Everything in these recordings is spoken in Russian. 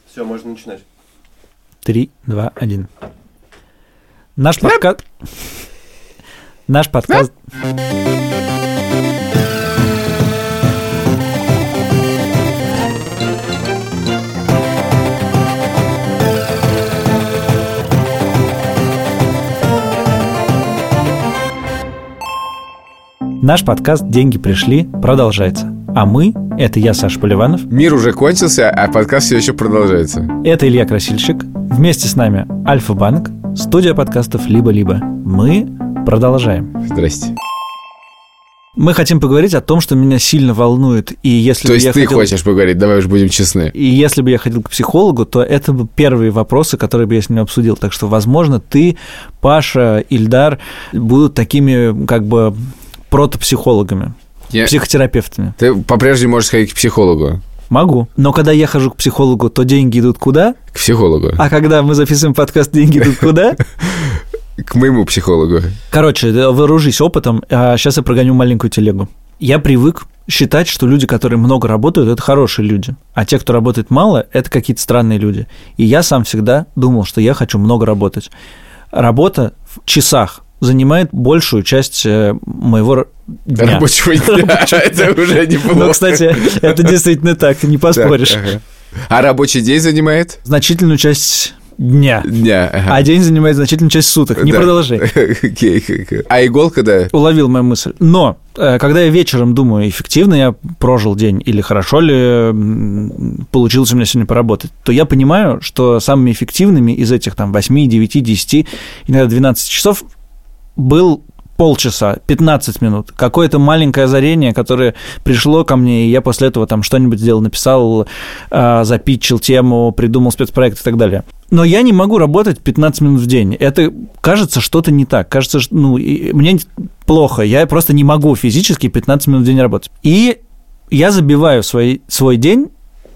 Все, можно начинать. 3, 2, 1. Наш подкаст... Наш подкаст... Наш подкаст «Деньги пришли» продолжается. А мы — это я, Саша Поливанов. Мир уже кончился, а подкаст все еще продолжается. Это Илья Красильщик. Вместе с нами Альфа-банк, студия подкастов «Либо-либо». Мы продолжаем. Здрасте. Мы хотим поговорить о том, что меня сильно волнует. И если то есть ты хочешь поговорить, давай уж будем честны. И если бы я ходил к психологу, то это бы первые вопросы, которые бы я с ним обсудил. Так что, возможно, ты, Паша, Ильдар будут такими как бы протопсихологами, психотерапевтами. Ты по-прежнему можешь ходить к психологу. Могу. Но когда я хожу к психологу, то деньги идут куда? К психологу. А когда мы записываем подкаст, деньги идут куда? К моему психологу. Короче, вооружись опытом, а сейчас я прогоню маленькую телегу. Я привык считать, что люди, которые много работают, это хорошие люди, а те, кто работает мало, это какие-то странные люди. И я сам всегда думал, что я хочу много работать. Работа в часах занимает большую часть моего дня. Рабочего дня. Это уже неплохо. Ну, кстати, это действительно так, не поспоришь. А рабочий день занимает? Значительную часть дня. Ага. А день занимает значительную часть суток. Не продолжай. Окей. А иголка, да? Уловил мою мысль. Но, когда я вечером думаю, эффективно я прожил день или хорошо ли получилось у меня сегодня поработать, то я понимаю, что самыми эффективными из этих там 8, 9, 10, иногда 12 часов был полчаса, 15 минут, какое-то маленькое озарение, которое пришло ко мне, и я после этого там что-нибудь сделал, написал, запитчил тему, придумал спецпроект и так далее. Но я не могу работать 15 минут в день. Это, кажется, что-то не так. Кажется, мне плохо. Я просто не могу физически 15 минут в день работать. И я забиваю свой день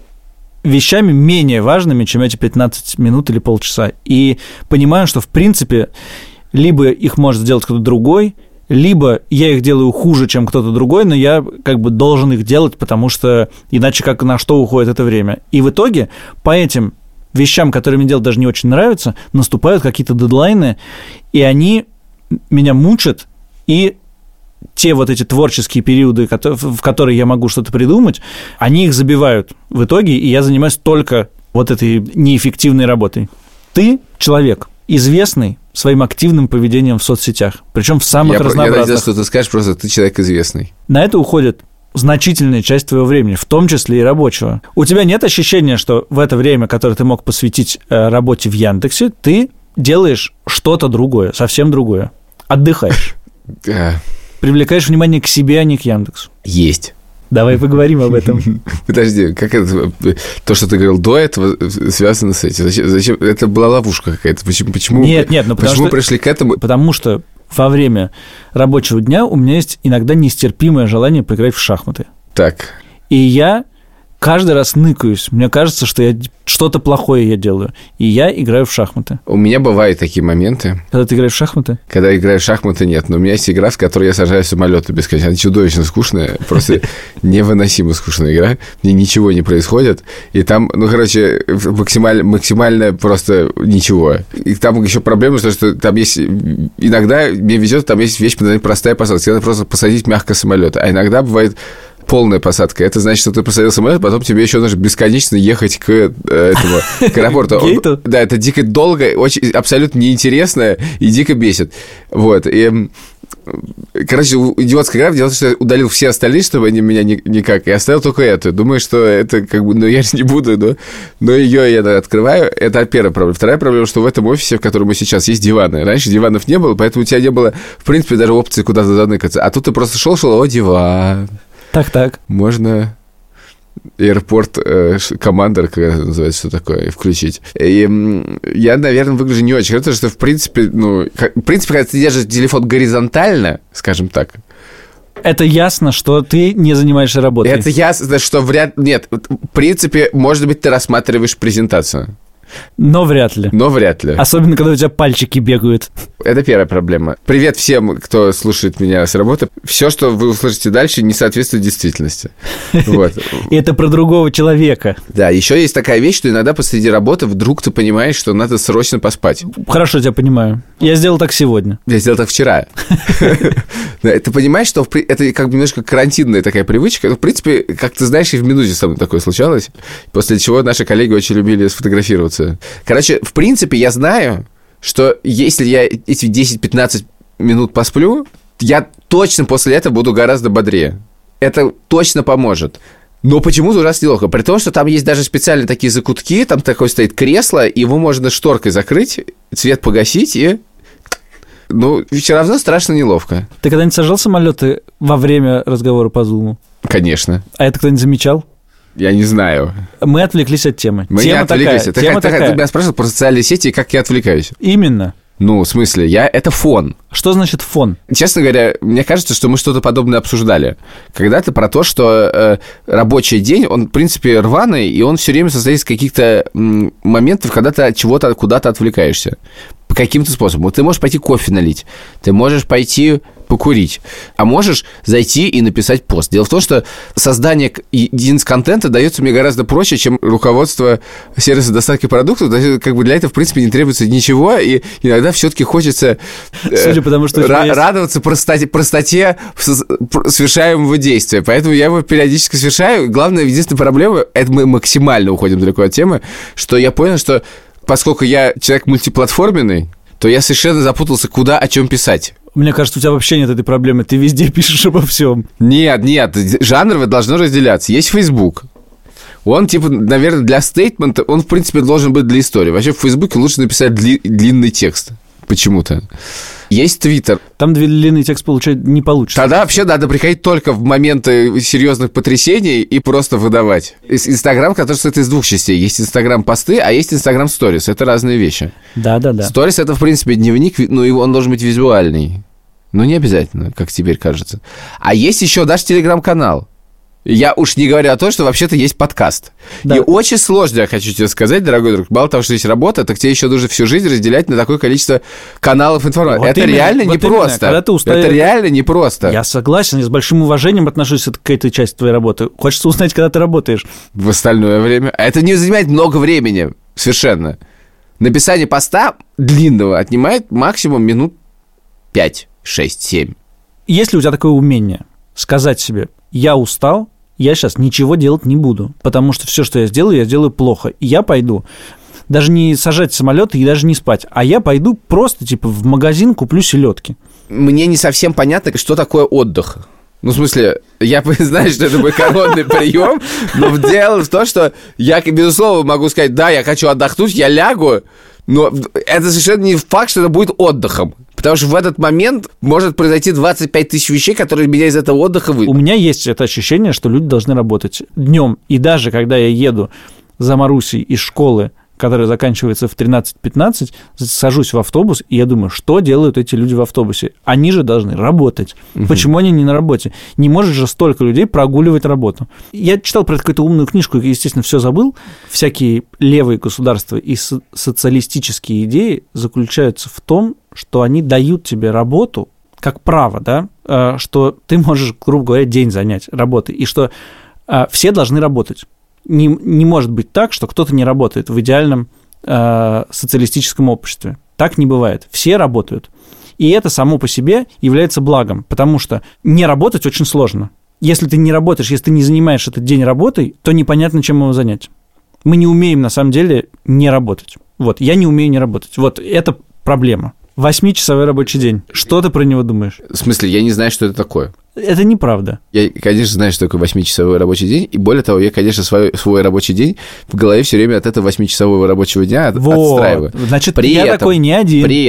вещами менее важными, чем эти 15 минут или полчаса. И понимаю, что, в принципе, либо их может сделать кто-то другой, либо я их делаю хуже, чем кто-то другой, но я как бы должен их делать, потому что иначе как на что уходит это время. И в итоге по этим вещам, которые мне делать даже не очень нравятся, наступают какие-то дедлайны, и они меня мучат, и те вот эти творческие периоды, в которые я могу что-то придумать, они их забивают в итоге, и я занимаюсь только вот этой неэффективной работой. Ты человек известный своим активным поведением в соцсетях, причем в самых разнообразных. Я надеюсь, что ты скажешь просто, ты человек известный. На это уходит значительная часть твоего времени, в том числе и рабочего. У тебя нет ощущения, что в это время, которое ты мог посвятить работе в Яндексе, ты делаешь что-то другое, совсем другое. Отдыхаешь. Привлекаешь внимание к себе, а не к Яндексу. Есть. Давай поговорим об этом. Подожди, как это? То, что ты говорил до этого, связано с этим. Зачем? Это была ловушка какая-то. Почему? Нет, почему пришли к этому? Потому что во время рабочего дня у меня есть иногда нестерпимое желание поиграть в шахматы. Так. И я каждый раз ныкаюсь. Мне кажется, что что-то плохое я делаю. И я играю в шахматы. У меня бывают такие моменты. Когда ты играешь в шахматы? Когда играю в шахматы, нет. Но у меня есть игра, в которой я сажаю самолеты бесконечно. Она чудовищно скучная. Просто невыносимо скучная игра. Мне ничего не происходит. И там, максимально просто ничего. И там еще проблема, что там есть... Иногда мне везет, там есть вещь простая посадка. Надо просто посадить мягко самолет. А иногда бывает полная посадка. Это значит, что ты посадил самолет, потом тебе еще нужно бесконечно ехать к аэропорту. Гейту? Да, это дико долго, очень, абсолютно неинтересно и дико бесит. Вот. И, короче, идиотская игра. Дело в том, что я удалил все остальные, чтобы они меня никак, и оставил только эту. Думаю, что это как бы... я же не буду, но ее я открываю. Это первая проблема. Вторая проблема, что в этом офисе, в котором мы сейчас, есть диваны. Раньше диванов не было, поэтому у тебя не было, в принципе, даже опции куда-то заныкаться. А тут ты просто шел, о, диван. Так. Можно аэропорт командер, как это называется, что такое, включить. И я, наверное, выгляжу не очень. Потому что, в принципе, когда ты держишь телефон горизонтально, скажем так. Это ясно, что ты не занимаешься работой. Это ясно, что нет, в принципе, может быть, ты рассматриваешь презентацию. Но вряд ли. Особенно, когда у тебя пальчики бегают. Это первая проблема. Привет всем, кто слушает меня с работы. Все, что вы услышите дальше, не соответствует действительности. И это про другого человека. Да, еще есть такая вещь, что иногда посреди работы вдруг ты понимаешь, что надо срочно поспать. Хорошо, тебя понимаю. Я сделал так сегодня. Я сделал так вчера. Ты понимаешь, что это как бы немножко карантинная такая привычка. В принципе, как ты знаешь, и в «Медузе» со мной такое случалось, после чего наши коллеги очень любили сфотографироваться. Короче, в принципе, я знаю, что если я эти 10-15 минут посплю, я точно после этого буду гораздо бодрее. Это точно поможет. Но почему-то ужасно неловко. При том, что там есть даже специальные такие закутки, там такое стоит кресло, его можно шторкой закрыть, свет погасить и... Ну, все равно страшно неловко. Ты когда-нибудь сажал самолеты во время разговора по Зуму? Конечно. А это кто-нибудь замечал? Я не знаю. Мы отвлеклись от темы. Мы тема не отвлеклись. Такая. Ты меня спрашивал про социальные сети и как я отвлекаюсь. Именно. Ну, в смысле, это фон. Что значит фон? Честно говоря, мне кажется, что мы что-то подобное обсуждали. Когда-то про то, что рабочий день, он, в принципе, рваный, и он все время состоит из каких-то моментов, когда ты от чего-то куда-то отвлекаешься. По каким-то способам. Ты можешь пойти кофе налить, ты можешь пойти покурить, а можешь зайти и написать пост. Дело в том, что создание единиц контента дается мне гораздо проще, чем руководство сервиса доставки продуктов. Как бы для этого, в принципе, не требуется ничего, и иногда все-таки хочется радоваться простоте совершаемого действия. Поэтому я его периодически совершаю. Главная, единственная проблема, это мы максимально уходим далеко от темы, что я понял, что поскольку я человек мультиплатформенный, то я совершенно запутался, куда, о чем писать. Мне кажется, у тебя вообще нет этой проблемы. Ты везде пишешь обо всем. Нет. Жанрово должно разделяться. Есть Facebook. Он, наверное, для стейтмента, он, в принципе, должен быть для истории. Вообще, в Фейсбуке лучше написать длинный текст. Почему-то. Есть Твиттер. Там длинный текст не получится. Тогда вообще надо приходить только в моменты серьезных потрясений и просто выдавать. Инстаграм, который состоит из двух частей. Есть Инстаграм-посты, а есть Инстаграм-сторис. Это разные вещи. Да. Сторис — это, в принципе, дневник, но он должен быть визуальный. Но не обязательно, как теперь кажется. А есть еще даже Телеграм-канал. Я уж не говорю о том, что вообще-то есть подкаст. Да. И очень сложно, я хочу тебе сказать, дорогой друг, мало того, что есть работа, так тебе еще нужно всю жизнь разделять на такое количество каналов информации. Вот это реально непросто. Это реально непросто. Я согласен, я с большим уважением отношусь к этой части твоей работы. Хочется узнать, когда ты работаешь. В остальное время. Это не занимает много времени, совершенно. Написание поста длинного отнимает максимум минут 5, 6, 7. Есть ли у тебя такое умение сказать себе: я устал, я сейчас ничего делать не буду, потому что все, что я сделаю плохо. И я пойду даже не сажать самолеты и даже не спать, а я пойду просто в магазин куплю селедки. Мне не совсем понятно, что такое отдых. Ну, в смысле, я знаю, что это мой коронный прием, но дело в том, что я, безусловно, могу сказать: да, я хочу отдохнуть, я лягу, но это совершенно не факт, что это будет отдыхом. Потому что в этот момент может произойти 25 тысяч вещей, которые меня из этого отдыха выйдут. У меня есть это ощущение, что люди должны работать днем. И даже когда я еду за Марусей из школы, которая заканчивается в 13:15, сажусь в автобус, и я думаю, что делают эти люди в автобусе? Они же должны работать. Почему они не на работе? Не может же столько людей прогуливать работу. Я читал про какую-то умную книжку, и, естественно, все забыл. Всякие левые государства и социалистические идеи заключаются в том, что они дают тебе работу как право, да, что ты можешь, грубо говоря, день занять работой, и что все должны работать. Не может быть так, что кто-то не работает в идеальном социалистическом обществе. Так не бывает. Все работают. И это само по себе является благом, потому что не работать очень сложно. Если ты не работаешь, если ты не занимаешь этот день работой, то непонятно, чем его занять. Мы не умеем, на самом деле, не работать. Вот, я не умею не работать. Вот, это проблема. 8-часовой рабочий день. Что ты про него думаешь? В смысле, я не знаю, что это такое. Это неправда. Я, конечно, знаю, что такое 8-часовой рабочий день, и более того, я, конечно, свой рабочий день в голове все время от этого 8-часового рабочего дня отстраиваю. Значит, я такой не один. При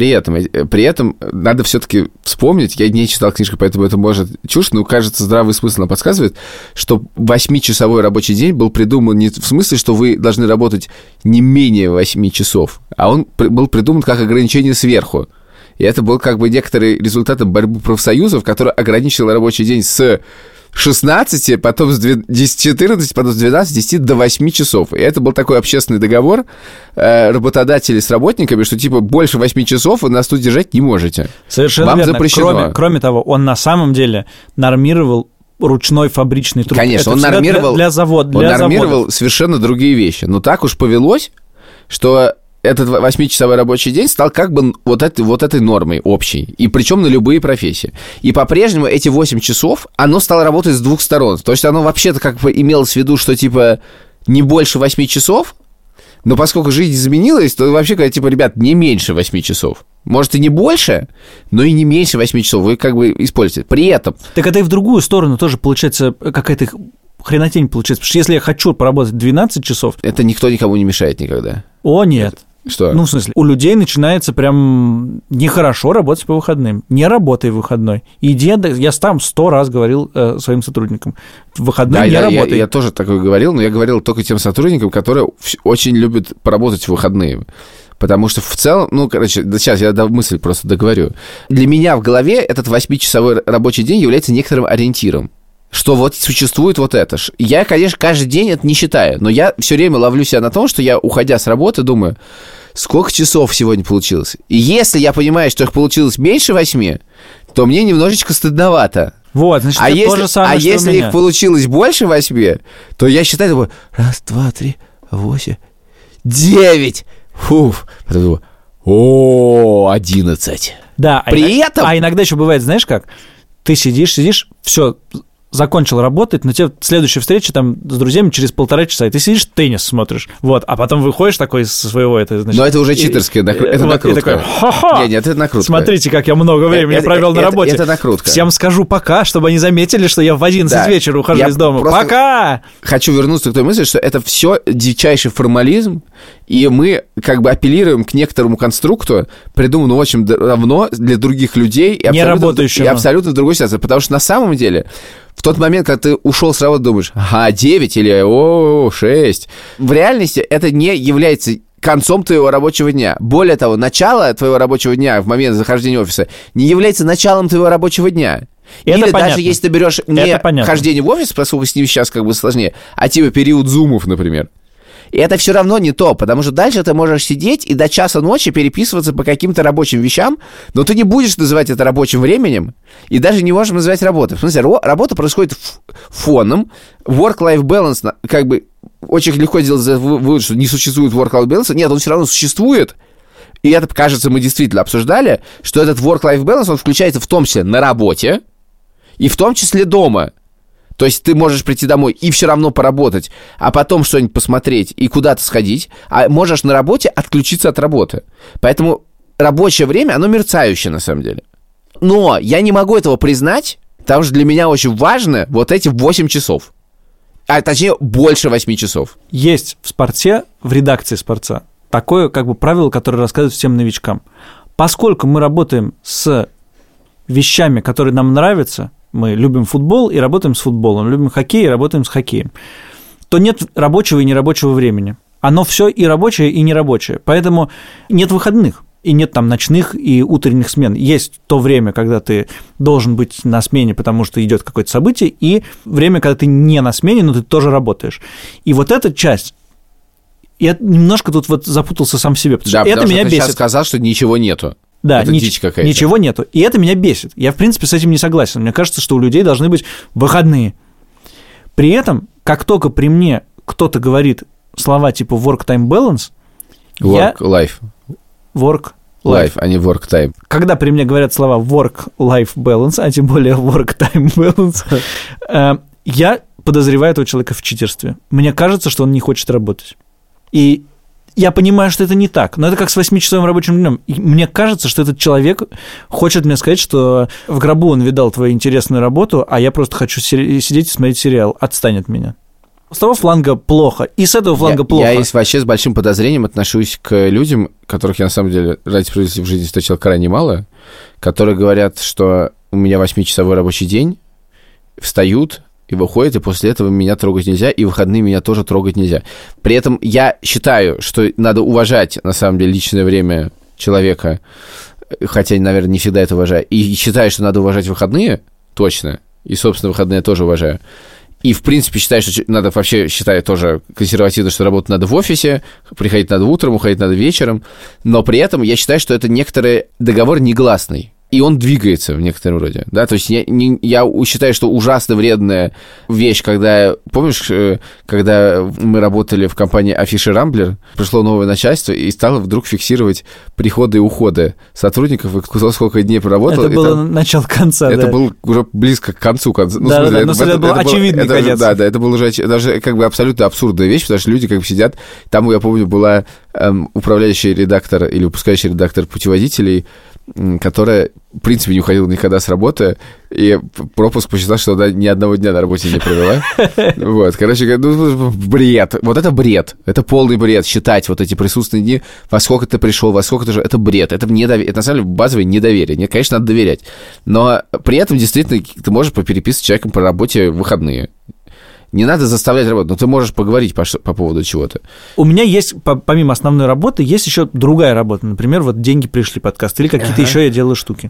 этом надо все-таки вспомнить, я не читал книжку, поэтому это может чушь, но, кажется, здравый смысл нам подсказывает, что 8-часовой рабочий день был придуман не в смысле, что вы должны работать не менее 8 часов, а он был придуман как ограничение сверху. И это был как бы некоторый результатом борьбы профсоюзов, которая ограничила рабочий день с 16, потом с 14, потом с 12, 10 до 8 часов. И это был такой общественный договор работодателей с работниками, что типа больше 8 часов вы нас тут держать не можете. Совершенно Вам верно. запрещено. Кроме того, он на самом деле нормировал ручной фабричный труд. Конечно, это он нормировал, для заводов. Совершенно другие вещи. Но так уж повелось, что этот 8-часовой рабочий день стал как бы вот этой нормой общей. И причем на любые профессии. И по-прежнему эти 8 часов, оно стало работать с двух сторон. То есть оно вообще-то как бы имелось в виду, что типа не больше 8 часов, но поскольку жизнь изменилась, то вообще говорят, типа, ребят, не меньше 8 часов. Может, и не больше, но и не меньше 8 часов вы как бы используете. При этом... Так это и в другую сторону тоже получается какая-то хренотень получается. Потому что если я хочу поработать 12 часов... Это никто никому не мешает никогда. О, нет. Что? Ну, в смысле, у людей начинается прям нехорошо работать по выходным. Не работай в выходной. Иди, я там 100 раз говорил своим сотрудникам. В выходной не работай. Я тоже такое говорил, но я говорил только тем сотрудникам, которые очень любят поработать в выходные. Потому что в целом, сейчас я мысль просто договорю. Для меня в голове этот 8-часовой рабочий день является некоторым ориентиром. Что вот существует вот это. Я, конечно, каждый день это не считаю, но я все время ловлю себя на том, что я, уходя с работы, думаю, сколько часов сегодня получилось. И если я понимаю, что их получилось меньше 8, то мне немножечко стыдновато. Вот, значит, это то же самое, что если их получилось больше 8, то я считаю, думаю, 1, 2, 3, 8, 9. Фуф. Потом думаю, 11. Да, При этом... А иногда еще бывает, знаешь как, ты сидишь, все... закончил работать, но тебе следующая встреча там с друзьями через 1,5 часа, и ты сидишь, теннис смотришь, вот, а потом выходишь такой со своего, это, значит... Но это уже читерское, это накрутка. И такой, ха-ха! Нет, это накрутка. Смотрите, как я много времени провел на работе. Это накрутка. Всем скажу пока, чтобы они заметили, что я в 11 вечера ухожу из дома. Пока! Хочу вернуться к той мысли, что это все дичайший формализм, и мы как бы апеллируем к некоторому конструкту, придуманному очень давно для других людей и абсолютно в другой ситуации. Потому что на самом деле в тот момент, когда ты ушел с работы, думаешь, 9 или 6. В реальности это не является концом твоего рабочего дня. Более того, начало твоего рабочего дня в момент захождения в офис не является началом твоего рабочего дня. Или это даже если ты берешь не хождение в офис, поскольку с ним сейчас как бы сложнее, а типа период зумов, например. И это все равно не то, потому что дальше ты можешь сидеть и до часа ночи переписываться по каким-то рабочим вещам, но ты не будешь называть это рабочим временем и даже не можешь называть работой. В смысле, работа происходит фоном, work-life balance, как бы очень легко сделать вывод, что не существует work-life balance. Нет, он все равно существует. И это, кажется, мы действительно обсуждали, что этот work-life balance, он включается в том числе на работе и в том числе дома. То есть ты можешь прийти домой и все равно поработать, а потом что-нибудь посмотреть и куда-то сходить, а можешь на работе отключиться от работы. Поэтому рабочее время, оно мерцающее на самом деле. Но я не могу этого признать, потому что для меня очень важно вот эти 8 часов. А точнее, больше 8 часов. Есть в спорте, в редакции спорта, такое как бы правило, которое рассказывают всем новичкам. Поскольку мы работаем с вещами, которые нам нравятся, мы любим футбол и работаем с футболом, любим хоккей и работаем с хоккеем, то нет рабочего и нерабочего времени. Оно все и рабочее, и нерабочее. Поэтому нет выходных, и нет там ночных и утренних смен. Есть то время, когда ты должен быть на смене, потому что идет какое-то событие, и время, когда ты не на смене, но ты тоже работаешь. И вот эта часть... Я немножко тут вот запутался сам в себе, потому что это меня бесит. Ты сейчас сказал, что ничего нету. Да, ничего нету. И это меня бесит. Я, в принципе, с этим не согласен. Мне кажется, что у людей должны быть выходные. При этом, как только при мне кто-то говорит слова типа work-time balance... Work-life. Work-life, а не work-time. Когда при мне говорят слова work-life balance, а тем более work-time balance, я подозреваю этого человека в читерстве. Мне кажется, что он не хочет работать. И... Я понимаю, что это не так, но это как с 8-часовым рабочим днем. Мне кажется, что этот человек хочет мне сказать, что в гробу он видал твою интересную работу, а я просто хочу сидеть и смотреть сериал. Отстань от меня. С того фланга плохо, и с этого фланга плохо. Я вообще с большим подозрением отношусь к людям, которых я, на самом деле, ради справедливости в жизни встречал крайне мало, которые говорят, что у меня 8-часовой рабочий день, встают... и выходит, и после этого меня трогать нельзя, и в выходные меня тоже трогать нельзя. При этом я считаю, что надо уважать, на самом деле, личное время человека, хотя, наверное, не всегда это уважаю, и считаю, что надо уважать выходные, точно, И, собственно, выходные я тоже уважаю. И, в принципе, считаю, что надо вообще, считаю тоже консервативно, что работать надо в офисе, приходить надо утром, уходить надо вечером. Но при этом я считаю, что это некоторый договор негласный. И он двигается в некотором роде, да, то есть я считаю, что ужасно вредная вещь, когда, помнишь, когда мы работали в компании Афиши Рамблер, пришло новое начальство и стало вдруг фиксировать приходы и уходы сотрудников, и кто сколько дней проработал. Это было начало конца, это было уже близко к концу. Ну, да, но это был очевидный конец. Да, это было уже даже как бы абсолютно абсурдная вещь, потому что люди как бы сидят, там, я помню, была управляющий редактор или выпускающий редактор путеводителей, которая, в принципе, не уходила никогда с работы, и пропуск посчитал, что она ни одного дня на работе не провела. Вот, короче, бред. Вот это бред. Это полный бред. Считать вот эти присутственные дни, во сколько ты пришел, во сколько ты... Это бред. Это на самом деле базовое недоверие. Нет, конечно, надо доверять. Но при этом, действительно, ты можешь попереписывать с человеком по работе в выходные. Не надо заставлять работать, но ты можешь поговорить по поводу чего-то. У меня есть, помимо основной работы, есть еще другая работа. Например, вот «Деньги пришли» подкаст, или какие-то еще я делаю штуки.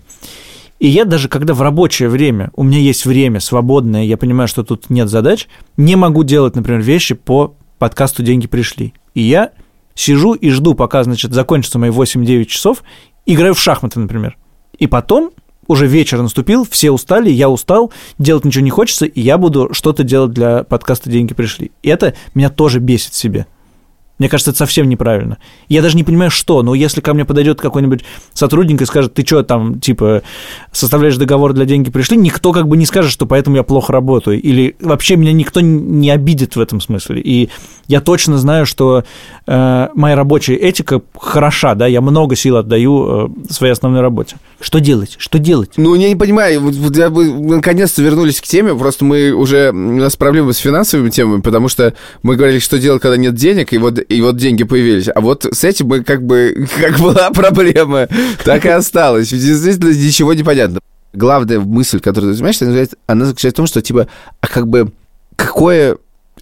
И я даже, когда в рабочее время, у меня есть время свободное, я понимаю, что тут нет задач, не могу делать, например, вещи по подкасту «Деньги пришли». И я сижу и жду, пока, значит, закончатся мои 8-9 часов, играю в шахматы, например. И потом... Уже вечер наступил, все устали, я устал, делать ничего не хочется, и я буду что-то делать для подкаста «Деньги пришли». И это меня тоже бесит в себе. Мне кажется, это совсем неправильно. Я даже не понимаю, что, но если ко мне подойдет какой-нибудь сотрудник и скажет, ты что там, типа, составляешь договор для «Деньги пришли», никто как бы не скажет, что поэтому я плохо работаю. Или вообще меня никто не обидит в этом смысле. И я точно знаю, что моя рабочая этика хороша, да, я много сил отдаю своей основной работе. Что делать? Что делать? Ну, я не понимаю, мы наконец-то вернулись к теме, просто у нас проблемы с финансовыми темами, потому что мы говорили, что делать, когда нет денег, и вот деньги появились. А вот с этим мы как была проблема, так и осталось. Действительно, ничего не понятно. Главная мысль, которую ты занимаешься, она заключается в том, что, типа, а как бы какой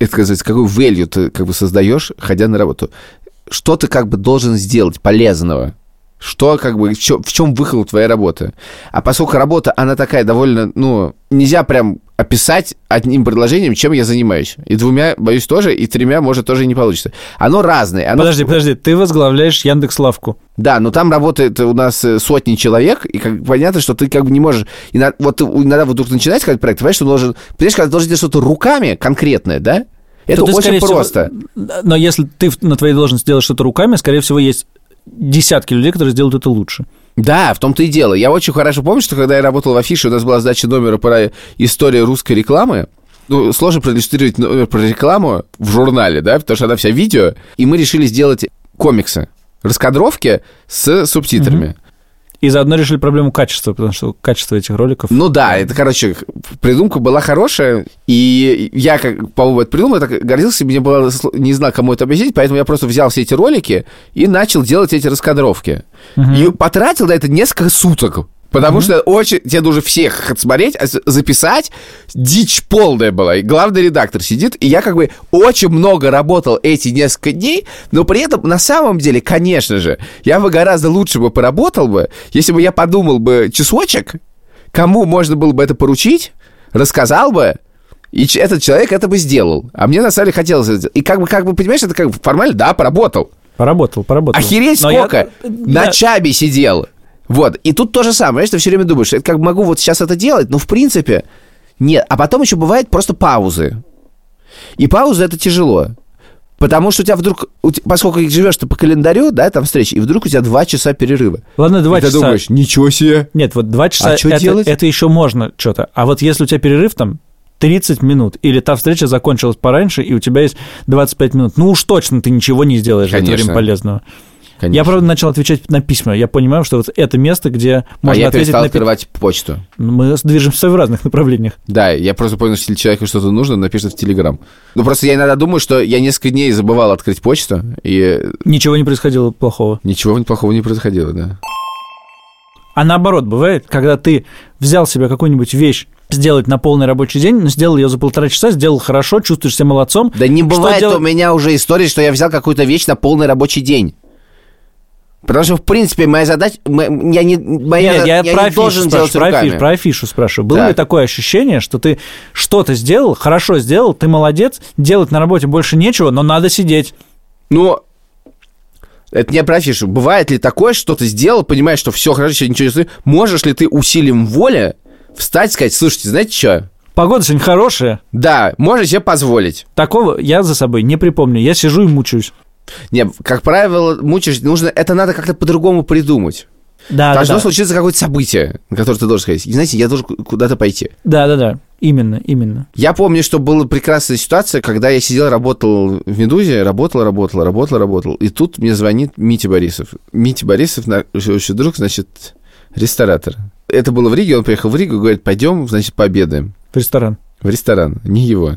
value ты как бы создаешь, ходя на работу? Что ты как бы должен сделать полезного? Что, как бы, в чем выход твоей работы? А поскольку работа, она такая довольно, нельзя прям описать одним предложением, чем я занимаюсь. И 2, боюсь, тоже, и 3, может, тоже не получится. Оно разное. Подожди, ты возглавляешь Яндекс.Лавку. Да, но там работает у нас сотни человек, и понятно, что ты как бы не можешь... Иногда вдруг начинать какой-то проект, понимаешь, что когда ты должен делать что-то руками конкретное, да? Это очень просто. Но если ты на твоей должности делаешь что-то руками, скорее всего, есть десятки людей, которые сделают это лучше. Да, в том-то и дело. Я очень хорошо помню, что когда я работал в Афише, у нас была сдача номера про историю русской рекламы. Сложно проиллюстрировать номер про рекламу в журнале, да, потому что она вся видео. И мы решили сделать комиксы, раскадровки с субтитрами. И заодно решили проблему качества, потому что качество этих роликов... Ну да, это, короче, придумка была хорошая, и я, по-моему, это придумал, я так гордился, мне было, не знал, кому это объяснить, поэтому я просто взял все эти ролики и начал делать эти раскадровки. И потратил на это несколько суток. Потому что тебе нужно всех отсмотреть, записать. Дичь полная была. И главный редактор сидит. И я как бы очень много работал эти несколько дней, но при этом на самом деле, конечно же, я бы гораздо лучше бы поработал бы, если бы я подумал бы часочек, кому можно было бы это поручить, рассказал бы, и этот человек это бы сделал. А мне на самом деле хотелось это сделать. И как бы, понимаешь, это как бы формально, да, поработал. Поработал. Охереть сколько! Ночами сидел. Вот, и тут то же самое, знаешь, ты все время думаешь, я как бы могу вот сейчас это делать, но в принципе нет. А потом еще бывает просто паузы. И паузы это тяжело. Потому что у тебя вдруг, поскольку живешь ты по календарю, да, там встречи, и вдруг у тебя 2 часа перерыва. Ладно, 2 часа. И ты думаешь, ничего себе. Нет, вот 2 часа, делать? Это еще можно что-то. А вот если у тебя перерыв там 30 минут, или та встреча закончилась пораньше, и у тебя есть 25 минут, ну уж точно ты ничего не сделаешь в это время полезного. Конечно. Я, правда, начал отвечать на письма. Я понимаю, что вот это место, где можно ответить на... я перестал открывать почту. Мы движемся в разных направлениях. Да, я просто понял, что если человеку что-то нужно, напишет в Телеграм. Ну, просто я иногда думаю, что я несколько дней забывал открыть почту, и... Ничего не происходило плохого. Ничего плохого не происходило, да. А наоборот, бывает, когда ты взял себе какую-нибудь вещь сделать на полный рабочий день, но сделал ее за 1,5 часа, сделал хорошо, чувствуешь себя молодцом. Да не бывает у меня уже истории, что я взял какую-то вещь на полный рабочий день. Потому что, в принципе, моя задача... Я не должен делать руками. Про афишу спрашиваю. Было ли такое ощущение, что ты что-то сделал, хорошо сделал, ты молодец, делать на работе больше нечего, но надо сидеть? Ну, это не про афишу. Бывает ли такое, что ты сделал, понимаешь, что все хорошо, ничего не стоит? Можешь ли ты усилием воли встать и сказать, слушайте, знаете что? Погода сегодня хорошая. Да, можешь себе позволить. Такого я за собой не припомню. Я сижу и мучаюсь. Не, как правило, мучаешь, это надо как-то по-другому придумать. Должно случиться какое-то событие, на которое ты должен сказать, знаете, я должен куда-то пойти. Да. Именно. Я помню, что была прекрасная ситуация, когда я сидел, работал в «Медузе», работал. И тут мне звонит Митя Борисов. Митя Борисов, наш общий друг, значит, ресторатор. Это было в Риге, он приехал в Ригу и говорит, пойдем, значит, пообедаем. В ресторан. В ресторан, не его.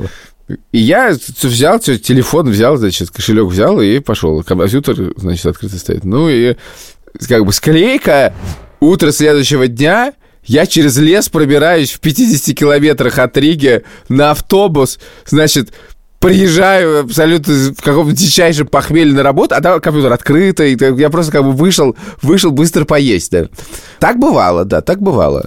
И я взял, телефон взял, значит, кошелек взял и пошел. Компьютер, значит, открытый стоит. Ну и как бы склейка. Утро следующего дня я через лес пробираюсь в 50 километрах от Риги на автобус, значит, приезжаю абсолютно в каком-то дичайшем похмелье на работу, а там компьютер открытый, я просто как бы вышел быстро поесть, да. Так бывало, да, так бывало.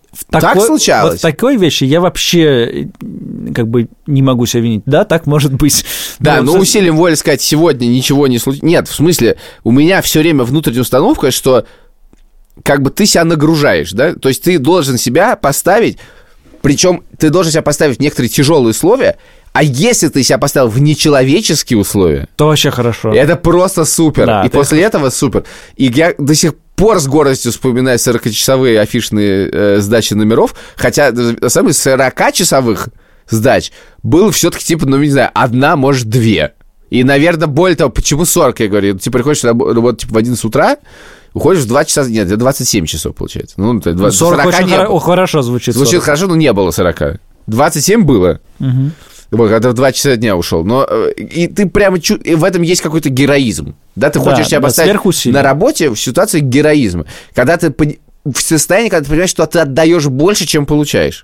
Так случалось. Вот в такой вещи я вообще как бы не могу себя винить. Да, так может быть. Да, но усилием воли сказать, сегодня ничего не случилось. Нет, в смысле, у меня все время внутренняя установка, что как бы ты себя нагружаешь, да? То есть ты должен себя поставить, причем ты должен себя поставить в некоторые тяжелые условия, а если ты себя поставил в нечеловеческие условия... То вообще хорошо. Это просто супер. Да, и после этого супер. И я до сих пор с гордостью вспоминаю 40-часовые афишные сдачи номеров, хотя, на самом деле, 40-часовых сдач было все-таки, типа, ну, не знаю, 1, может, 2. И, наверное, более того, почему 40, я говорю? Ты приходишь работать, типа, в 11 утра, уходишь в 2 часа... Нет, это 27 часов, получается. Ну, 40 очень хорошо звучит. Звучит хорошо, но не было 40. 27 было. Угу. Когда в 2 часа дня ушел. Но и ты прямо в этом есть какой-то героизм. Да, ты хочешь себя поставить на работе в ситуации героизма. Когда ты в состоянии, когда ты понимаешь, что ты отдаешь больше, чем получаешь.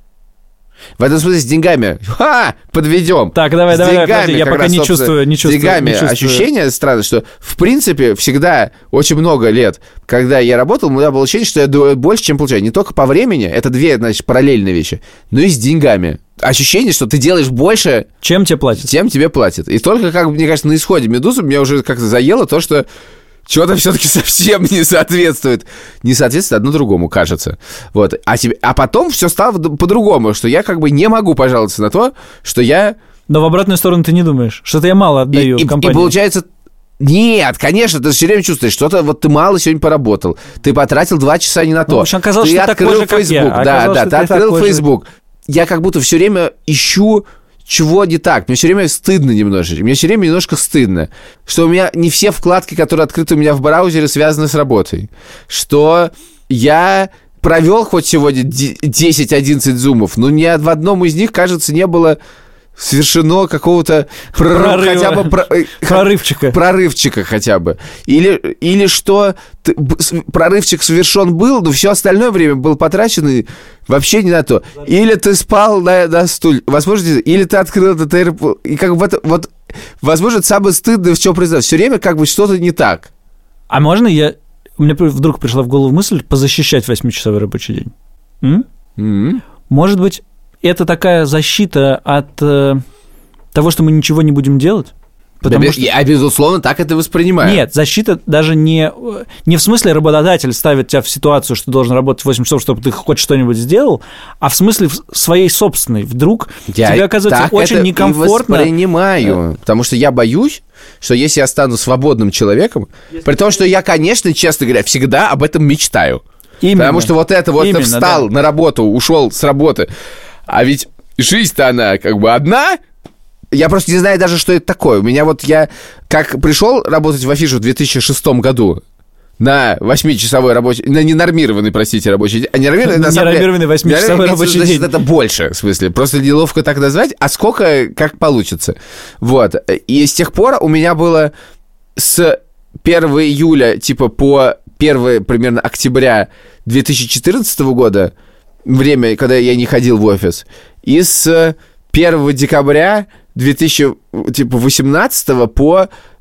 В этом смысле с деньгами. Подведем. Так, давай, подожди, я пока не чувствую. С деньгами ощущение странное, что, в принципе, всегда очень много лет, когда я работал, у меня было ощущение, что я даю больше, чем получаю. Не только по времени, это 2, значит, параллельные вещи, но и с деньгами. Ощущение, что ты делаешь больше... Чем тебе платят. Тем тебе платят. И только, как мне кажется, на исходе «Медузы» меня уже как-то заело то, что что-то все-таки совсем не соответствует. Не соответствует одно другому, кажется. Вот. А потом все стало по-другому, что я как бы не могу пожаловаться на то, что я... Но в обратную сторону ты не думаешь. Что-то я мало отдаю компании. И получается... Нет, конечно, ты все время чувствуешь, что-то вот ты мало сегодня поработал, ты потратил 2 часа не на то. В общем, оказалось, ты что открыл такой же, Facebook. Да, ты открыл Facebook. Я как будто все время ищу, чего не так. Мне все время стыдно немножечко. Мне все время немножко стыдно. Что у меня не все вкладки, которые открыты у меня в браузере, связаны с работой. Что я провел хоть сегодня 10-11 зумов, но ни в одном из них, кажется, не было совершено какого-то прорывчика хотя бы. Или что прорывчик совершен был, но все остальное время было потрачено вообще не на то. Или ты спал на стуле, возможно, или ты открыл этот AirPod, и как бы это, вот, возможно, это самое стыдное, в чем признаться. Все время как бы что-то не так. А можно мне вдруг пришла в голову мысль позащищать 8-часовой рабочий день? Может быть, это такая защита от того, что мы ничего не будем делать? Я, безусловно, так это воспринимаю. Нет, защита даже не в смысле работодатель ставит тебя в ситуацию, что ты должен работать 8 часов, чтобы ты хоть что-нибудь сделал, а в смысле своей собственной. Вдруг тебе оказывается очень некомфортно. Я воспринимаю, потому что я боюсь, что если я стану свободным человеком, при том, что я, конечно, честно говоря, всегда об этом мечтаю. Именно. Потому что вот это вот ты встал на работу, ушел с работы, а ведь жизнь-то она как бы одна. Я просто не знаю даже, что это такое. У меня вот я как пришел работать в афишу в 2006 году на 8-часовой рабочий... На ненормированный, простите, рабочий день. А ненормированный, на самом деле... Ненормированный 8-часовой рабочий день. Это больше, в смысле. Просто неловко так назвать. А сколько, как получится. Вот. И с тех пор у меня было с 1 июля, типа, по 1 примерно октября 2014 года, время, когда я не ходил в офис, и с 1 декабря 2018 по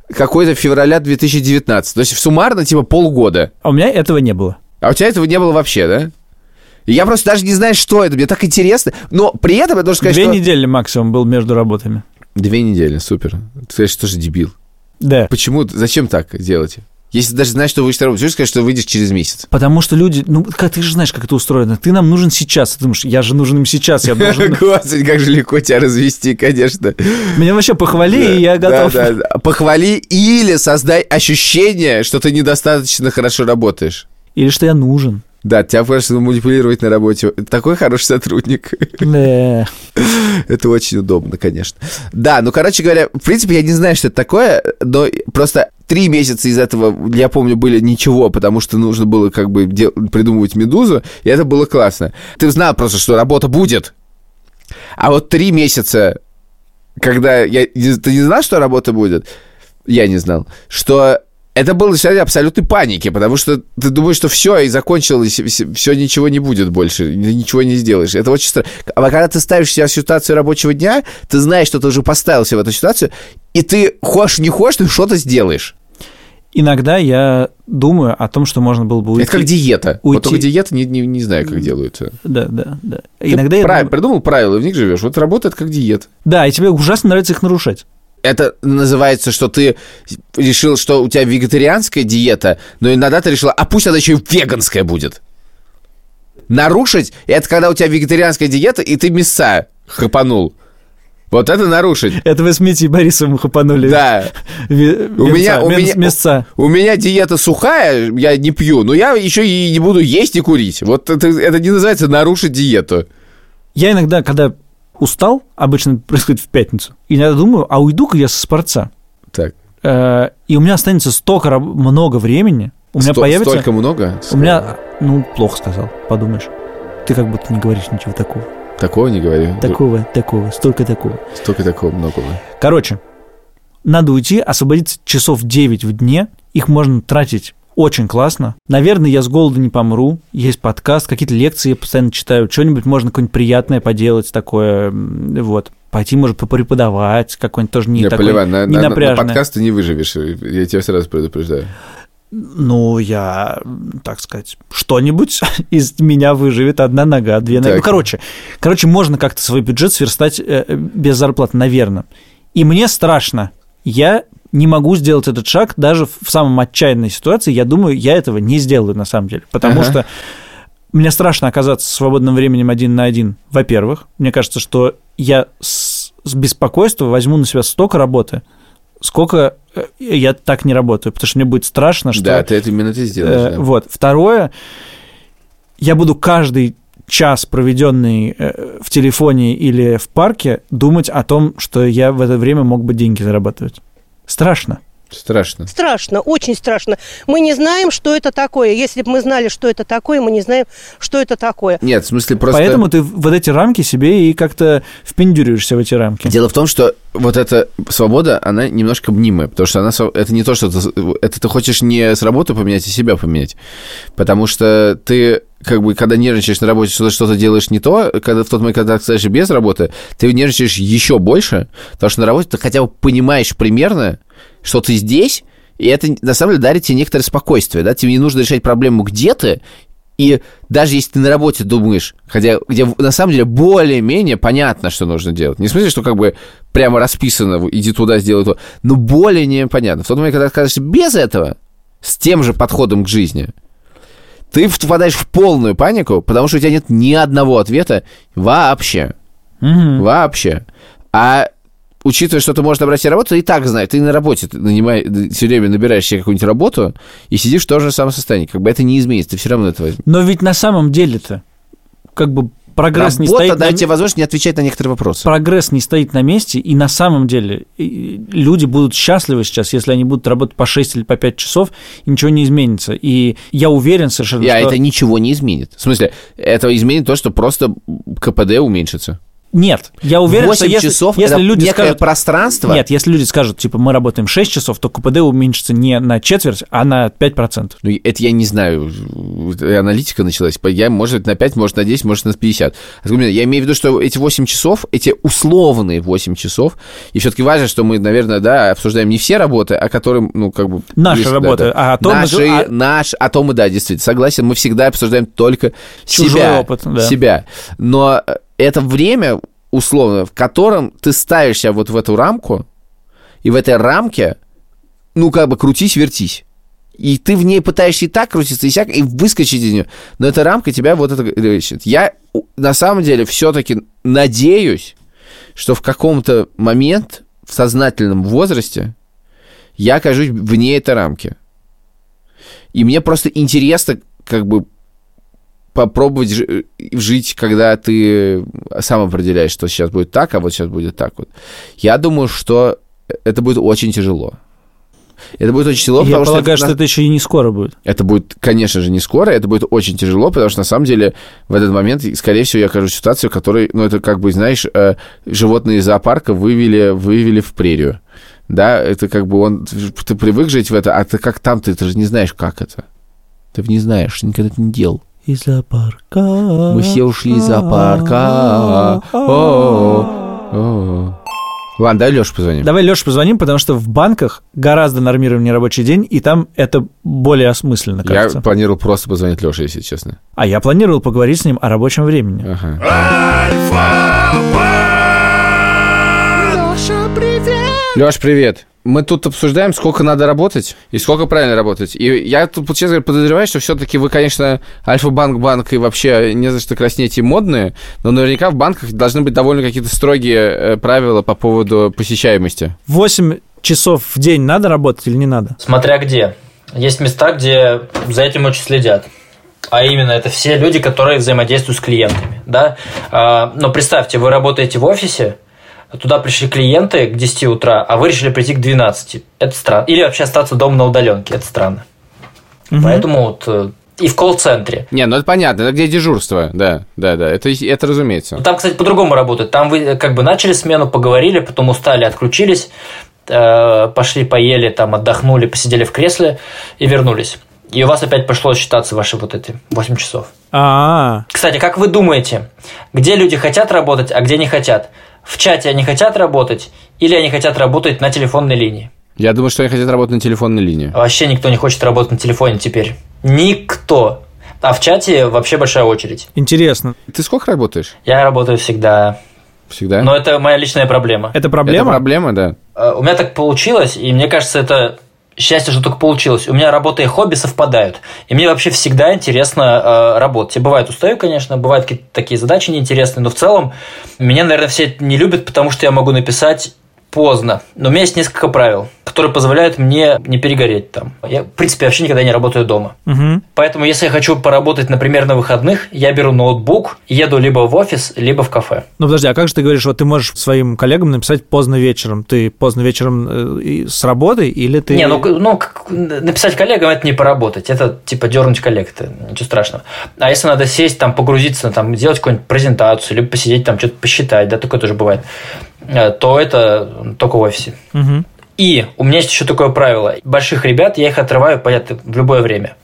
какой-то февраля 2019. То есть суммарно, типа, полгода. А у меня этого не было. А у тебя этого не было вообще, да? И я просто даже не знаю, что это. Мне так интересно. Но при этом я должен сказать, 2 недели максимум был между работами. 2 недели, супер. Ты, конечно, тоже дебил. Да. Почему? Зачем так делать? Если даже знаешь, что выйдешь на работу, сказать, что выйдешь через месяц. Потому что люди... Ну, ты же знаешь, как это устроено. Ты нам нужен сейчас. Ты думаешь, я же нужен им сейчас. Я должен... Господи, как же легко тебя развести, конечно. Меня вообще похвали, и я готов. Да. Похвали или создай ощущение, что ты недостаточно хорошо работаешь. Или что я нужен. Да, тебя просто манипулировать на работе. Такой хороший сотрудник. Да. Это очень удобно, конечно. Да, ну, короче говоря, в принципе, я не знаю, что это такое, но просто 3 месяца из этого, я помню, были ничего, потому что нужно было как бы придумывать «Медузу», и это было классно. Ты знал просто, что работа будет. А вот 3 месяца, когда ты не знал, что работа будет? Я не знал. Что... Это было состояние абсолютной паники, потому что ты думаешь, что все, и закончилось, все, ничего не будет больше, ничего не сделаешь. Это очень странно. А когда ты ставишь себя в ситуацию рабочего дня, ты знаешь, что ты уже поставил себя в эту ситуацию, и ты хочешь, не хочешь, ты что-то сделаешь. Иногда я думаю о том, что можно было бы уйти. Это как диета. Вот только диета не знаю, как делают. Да. Ты придумал правила, в них живешь. Вот работает как диета. Да, и тебе ужасно нравится их нарушать. Это называется, что ты решил, что у тебя вегетарианская диета, но иногда ты решила, а пусть она еще и веганская будет. Нарушить – это когда у тебя вегетарианская диета, и ты мяса хапанул. Вот это нарушить. Это вы с Митей Борисовым хапанули. Да. У меня диета сухая, я не пью, но я еще и не буду есть и курить. Вот это не называется нарушить диету. Я иногда, когда... устал, обычно происходит в пятницу, и иногда думаю, а уйду-ка я со спорца. Так. И у меня останется много времени. У меня появится... Столько много? У меня... Ну, плохо сказал, подумаешь. Ты как будто не говоришь ничего такого. Такого не говорю? Такого, столько такого. Столько такого многого. Короче, надо уйти, освободиться часов 9 в дне, их можно тратить очень классно. Наверное, я с голоду не помру. Есть подкаст, какие-то лекции я постоянно читаю. Что-нибудь можно какое-нибудь приятное поделать такое. Вот. Пойти, может, попреподавать. Какой-нибудь тоже не такой напряжный. На подкаст ты не выживешь. Я тебя сразу предупреждаю. Ну, я, так сказать, что-нибудь из меня выживет. 1 нога, 2 ноги. Ну, короче, можно как-то свой бюджет сверстать без зарплаты, наверное. И мне страшно. Я не могу сделать этот шаг даже в самом отчаянной ситуации. Я думаю, я этого не сделаю на самом деле. Потому что мне страшно оказаться в свободным временем 1 на 1. Во-первых, мне кажется, что я с беспокойством возьму на себя столько работы, сколько я так не работаю. Потому что мне будет страшно, что... Да, ты именно это сделаешь. Да. Вот. Второе, я буду каждый час, проведенный в телефоне или в парке, думать о том, что я в это время мог бы деньги зарабатывать. Страшно. Страшно, очень страшно. Мы не знаем, что это такое. Если бы мы знали, что это такое, мы не знаем, что это такое. Нет, в смысле просто... Поэтому ты вот эти рамки себе и как-то впендюриваешься в эти рамки. Дело в том, что вот эта свобода, она немножко мнимая, потому что это не то, что ты хочешь не с работы поменять, а себя поменять. Потому что ты как бы, когда нервничаешь на работе, что-то делаешь не то, когда в тот момент, когда ты остаешься без работы, ты нервничаешь еще больше, потому что на работе ты хотя бы понимаешь примерно, что ты здесь, и это, на самом деле, дарит тебе некоторое спокойствие, да, тебе не нужно решать проблему где-то, и даже если ты на работе думаешь, где на самом деле более-менее понятно, что нужно делать, не в смысле, что как бы прямо расписано, иди туда, сделай то, но более-менее понятно. В тот момент, когда ты оказываешься без этого, с тем же подходом к жизни, ты впадаешь в полную панику, потому что у тебя нет ни одного ответа вообще. Вообще. А учитывая, что ты можешь набрать себе работу, ты и так знаешь, ты на работе все время набираешь себе какую-нибудь работу и сидишь в том же самом состоянии. Как бы это не изменится, ты все равно это возьмешь. Но ведь на самом деле-то как бы прогресс не стоит... Работа дает тебе возможность не отвечать на некоторые вопросы. Прогресс не стоит на месте, и на самом деле люди будут счастливы сейчас, если они будут работать по 6 или по 5 часов, и ничего не изменится. И я уверен совершенно, что... это ничего не изменит. В смысле, это изменит то, что просто КПД уменьшится. Нет, я уверен, 8 что если часов если это люди некое скажут... пространство. Нет, если люди скажут, типа, мы работаем 6 часов, то КПД уменьшится не на четверть, а на 5%. Ну, это я не знаю. Аналитика началась. Я, может, на 5, может, на 10, может, на 50. Я имею в виду, что эти 8 часов, эти условные 8 часов, и все-таки важно, что мы, наверное, да, обсуждаем не все работы, а которые, ну, как бы... Наши работы, да. а то о том мы, да, действительно, согласен, мы всегда обсуждаем только чужой себя. опыт, да. Себя. Но это время, условно, в котором ты ставишься вот в эту рамку, и в этой рамке, ну, как бы крутись-вертись. И ты в ней пытаешься и так крутиться, и сяк, и выскочить из нее. Но эта рамка тебя вот это... Я, на самом деле, все-таки надеюсь, что в каком-то момент, в сознательном возрасте, я окажусь вне этой рамки. И мне просто интересно, как бы, попробовать жить, когда ты сам определяешь, что сейчас будет так, а вот сейчас будет так вот. Я думаю, что это будет очень тяжело. Это будет очень тяжело, потому что... Я полагаю, что это еще и не скоро будет. Это будет, конечно же, не скоро, это будет очень тяжело, потому что, на самом деле, в этот момент, скорее всего, я окажусь в ситуации, в которой, ну, это, как бы, знаешь, животные из зоопарка вывели в прерию. Да, это как бы ты привык жить в это, а ты как там, ты же не знаешь, как это. Ты не знаешь, никогда это не делал. Из зоопарка. Мы все ушли из зоопарка. Ладно, давай Лёше позвоним. Давай Лёше позвоним, потому что в банках гораздо нормированнее рабочий день, и там это более осмысленно, кажется. Я планировал просто позвонить Лёше, если честно. А я планировал поговорить с ним о рабочем времени. Ага. Лёша, привет! Лёш, привет. Мы тут обсуждаем, сколько надо работать и сколько правильно работать. И я тут, честно говоря, подозреваю, что все-таки вы, конечно, Альфа-банк и вообще не за что краснеть и модные, но наверняка в банках должны быть довольно какие-то строгие правила по поводу посещаемости. 8 часов в день надо работать или не надо? Смотря где. Есть места, где за этим очень следят. А именно, это все люди, которые взаимодействуют с клиентами. Да? Но представьте, вы работаете в офисе, туда пришли клиенты к 10 утра, а вы решили прийти к 12. Это странно. Или вообще остаться дома на удаленке. Это странно. Угу. Поэтому вот... И в колл-центре. Не, ну это понятно, это где дежурство, да, это разумеется. Там, кстати, по-другому работает. Там вы как бы начали смену, поговорили, потом устали, отключились, пошли, поели, там, отдохнули, посидели в кресле и вернулись. И у вас опять пошло считаться ваши вот эти 8 часов. Кстати, как вы думаете, где люди хотят работать, а где не хотят? В чате они хотят работать или они хотят работать на телефонной линии? Я думаю, что они хотят работать на телефонной линии. Вообще никто не хочет работать на телефоне теперь. Никто. А в чате вообще большая очередь. Интересно. Ты сколько работаешь? Я работаю всегда. Всегда? Но это моя личная проблема. Это проблема? Это проблема, да. У меня так получилось, и мне кажется, это... Счастье, что только получилось. У меня работа и хобби совпадают. И мне вообще всегда интересно работать. И бывает, устаю, конечно, бывают какие-то такие задачи неинтересные, но в целом меня, наверное, все не любят, потому что я могу написать поздно. Но у меня есть несколько правил, которые позволяют мне не перегореть там. Я, в принципе, вообще никогда не работаю дома. Угу. Поэтому, если я хочу поработать, например, на выходных, я беру ноутбук, еду либо в офис, либо в кафе. Ну, подожди, а как же ты говоришь, вот ты можешь своим коллегам написать поздно вечером? Ты поздно вечером с работы или ты... Не, написать коллегам – это не поработать, это типа дернуть коллег, это ничего страшного. А если надо сесть, там, погрузиться, там, сделать какую-нибудь презентацию, либо посидеть, там, что-то посчитать, да, такое тоже бывает, то это только в офисе. Угу. И у меня есть еще такое правило. Больших ребят я их отрываю, понятно, в любое время.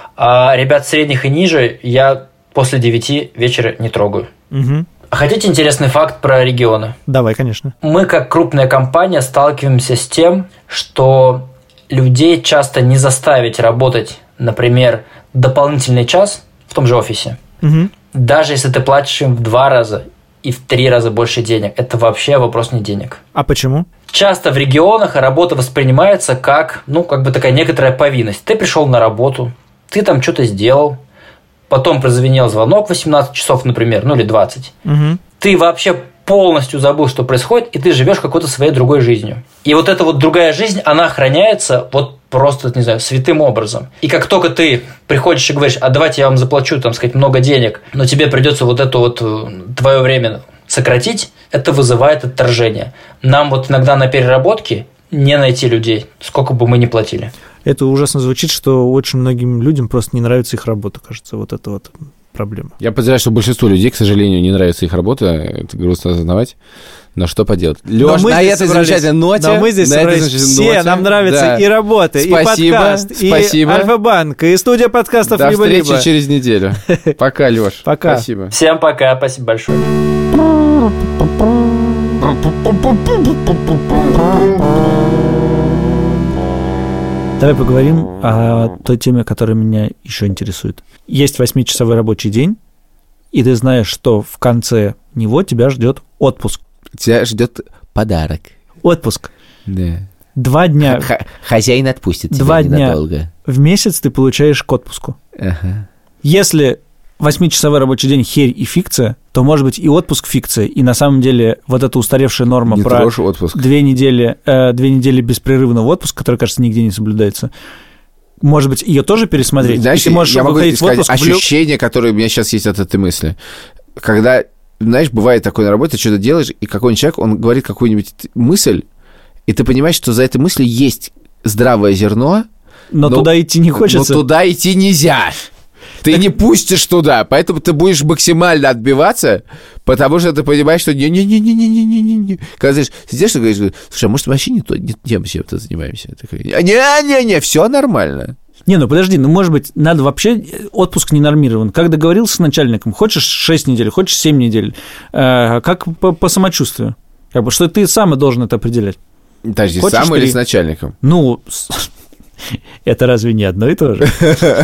А ребят средних и ниже я после 9 вечера не трогаю. Угу. Хотите интересный факт про регионы? Давай, конечно. Мы, как крупная компания, сталкиваемся с тем, что людей часто не заставить работать, например, дополнительный час в том же офисе. Угу. Даже если ты платишь им в 2 раза и в 3 раза больше денег. Это вообще вопрос не денег. А почему? Часто в регионах работа воспринимается как, как бы такая некоторая повинность. Ты пришел на работу, ты там что-то сделал, потом прозвенел звонок в 18 часов, например, или 20. Угу. Ты вообще полностью забыл, что происходит, и ты живешь какой-то своей другой жизнью. И вот эта вот другая жизнь, она охраняется вот просто, не знаю, святым образом. И как только ты приходишь и говоришь, а давайте я вам заплачу, там, сказать, много денег, но тебе придется вот это вот твое время сократить, это вызывает отторжение. Нам вот иногда на переработке не найти людей, сколько бы мы ни платили. Это ужасно звучит, что очень многим людям просто не нравится их работа, кажется, вот это вот. проблема. Я подозреваю, что большинству людей, к сожалению, не нравится их работа. Это грустно осознавать. Но что поделать? Лёш, на этой замечательной ноте... Но мы здесь собрались все, нам нравится и работа, и подкаст, и Альфа-банк, и студия подкастов «Либо-либо». До встречи через неделю. Пока, Лёш. Пока. Спасибо. Всем пока, спасибо большое. Давай поговорим о той теме, которая меня еще интересует. Есть 8-часовой рабочий день, и ты знаешь, что в конце него тебя ждет отпуск. Тебя ждет подарок. Отпуск. Да. 2 дня. Хозяин отпустит тебя 2 ненадолго. дня в месяц ты получаешь к отпуску. Ага. Если 8-часовой рабочий день херь и фикция, то может быть и отпуск фикция. И на самом деле вот эта устаревшая норма не про отпуск. 2 недели беспрерывного отпуска, которая, кажется, нигде не соблюдается. Может быть, ее тоже пересмотреть? Знаешь, ты можешь я могу выходить в сказать отпуск ощущение, которое у меня сейчас есть от этой мысли. Когда, знаешь, бывает такое на работе, ты что-то делаешь, и какой-нибудь человек, он говорит какую-нибудь мысль, и ты понимаешь, что за этой мыслью есть здравое зерно, но туда идти не хочется. Но туда идти нельзя. Ты не пустишь туда, поэтому ты будешь максимально отбиваться, потому что ты понимаешь, что не-не-не-не-не-не-не. Когда ты сидишь и говоришь, слушай, а может, вообще не тем чем-то занимаемся? Не-не-не, все нормально. Не, ну подожди, может быть, надо вообще отпуск не нормирован. Как договорился с начальником, хочешь 6 недель, хочешь 7 недель, как по самочувствию? Как бы, что ты сам и должен это определять. Подожди, сам или с начальником? Ну, это разве не одно и то же?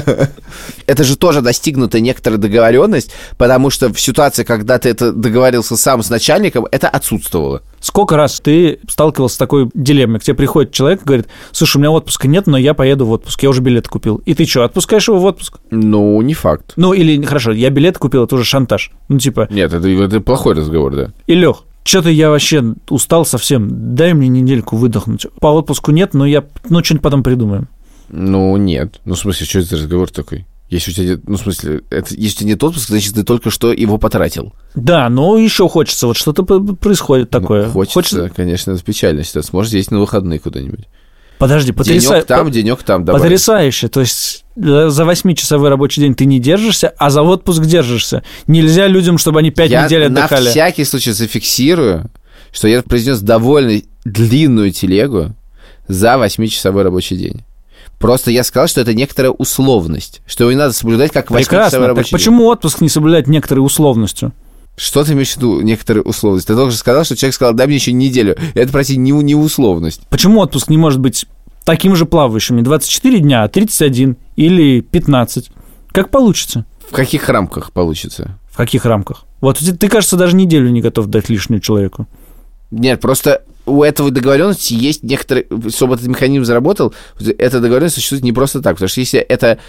Это же тоже достигнута некоторая договоренность, потому что в ситуации, когда ты это договорился сам с начальником, это отсутствовало. Сколько раз ты сталкивался с такой дилеммой? К тебе приходит человек и говорит, слушай, у меня отпуска нет, но я поеду в отпуск, я уже билет купил. И ты что, отпускаешь его в отпуск? Ну, не факт. Ну, или, хорошо, я билет купил, это уже шантаж. Ну, типа... Нет, это плохой разговор, да. И, Лёх, что-то я вообще устал совсем, дай мне недельку выдохнуть. По отпуску нет, но что-нибудь потом придумаем. Ну, нет. Ну, в смысле, что это за разговор такой? Если у тебя нет, ну, в смысле, если у тебя нет отпуска, значит, ты только что его потратил. Да, но еще хочется, вот что-то происходит такое. Ну, хочется, конечно, это печальная ситуация. Можешь ездить на выходные куда-нибудь. Подожди, потрясающе. Денек там, давай. Потрясающе. То есть за 8-часовой рабочий день ты не держишься, а за отпуск держишься. Нельзя людям, чтобы они 5 недель отдыхали. Я на всякий случай зафиксирую, что я произнес довольно длинную телегу за 8-часовой рабочий день. Просто я сказал, что это некоторая условность, что его не надо соблюдать как 8-часовой рабочий день. Почему отпуск не соблюдать некоторой условностью? Что ты имеешь в виду, некоторые условности? Ты только что сказал, что человек сказал, дай мне еще неделю. Это, прости, не условность. Почему отпуск не может быть таким же плавающим? Не 24 дня, а 31 или 15? Как получится? В каких рамках получится? В каких рамках? Вот ты, кажется, даже неделю не готов дать лишнюю человеку. Нет, просто у этого договоренности есть некоторые... Чтобы этот механизм заработал, эта договоренность существует не просто так. Потому что если это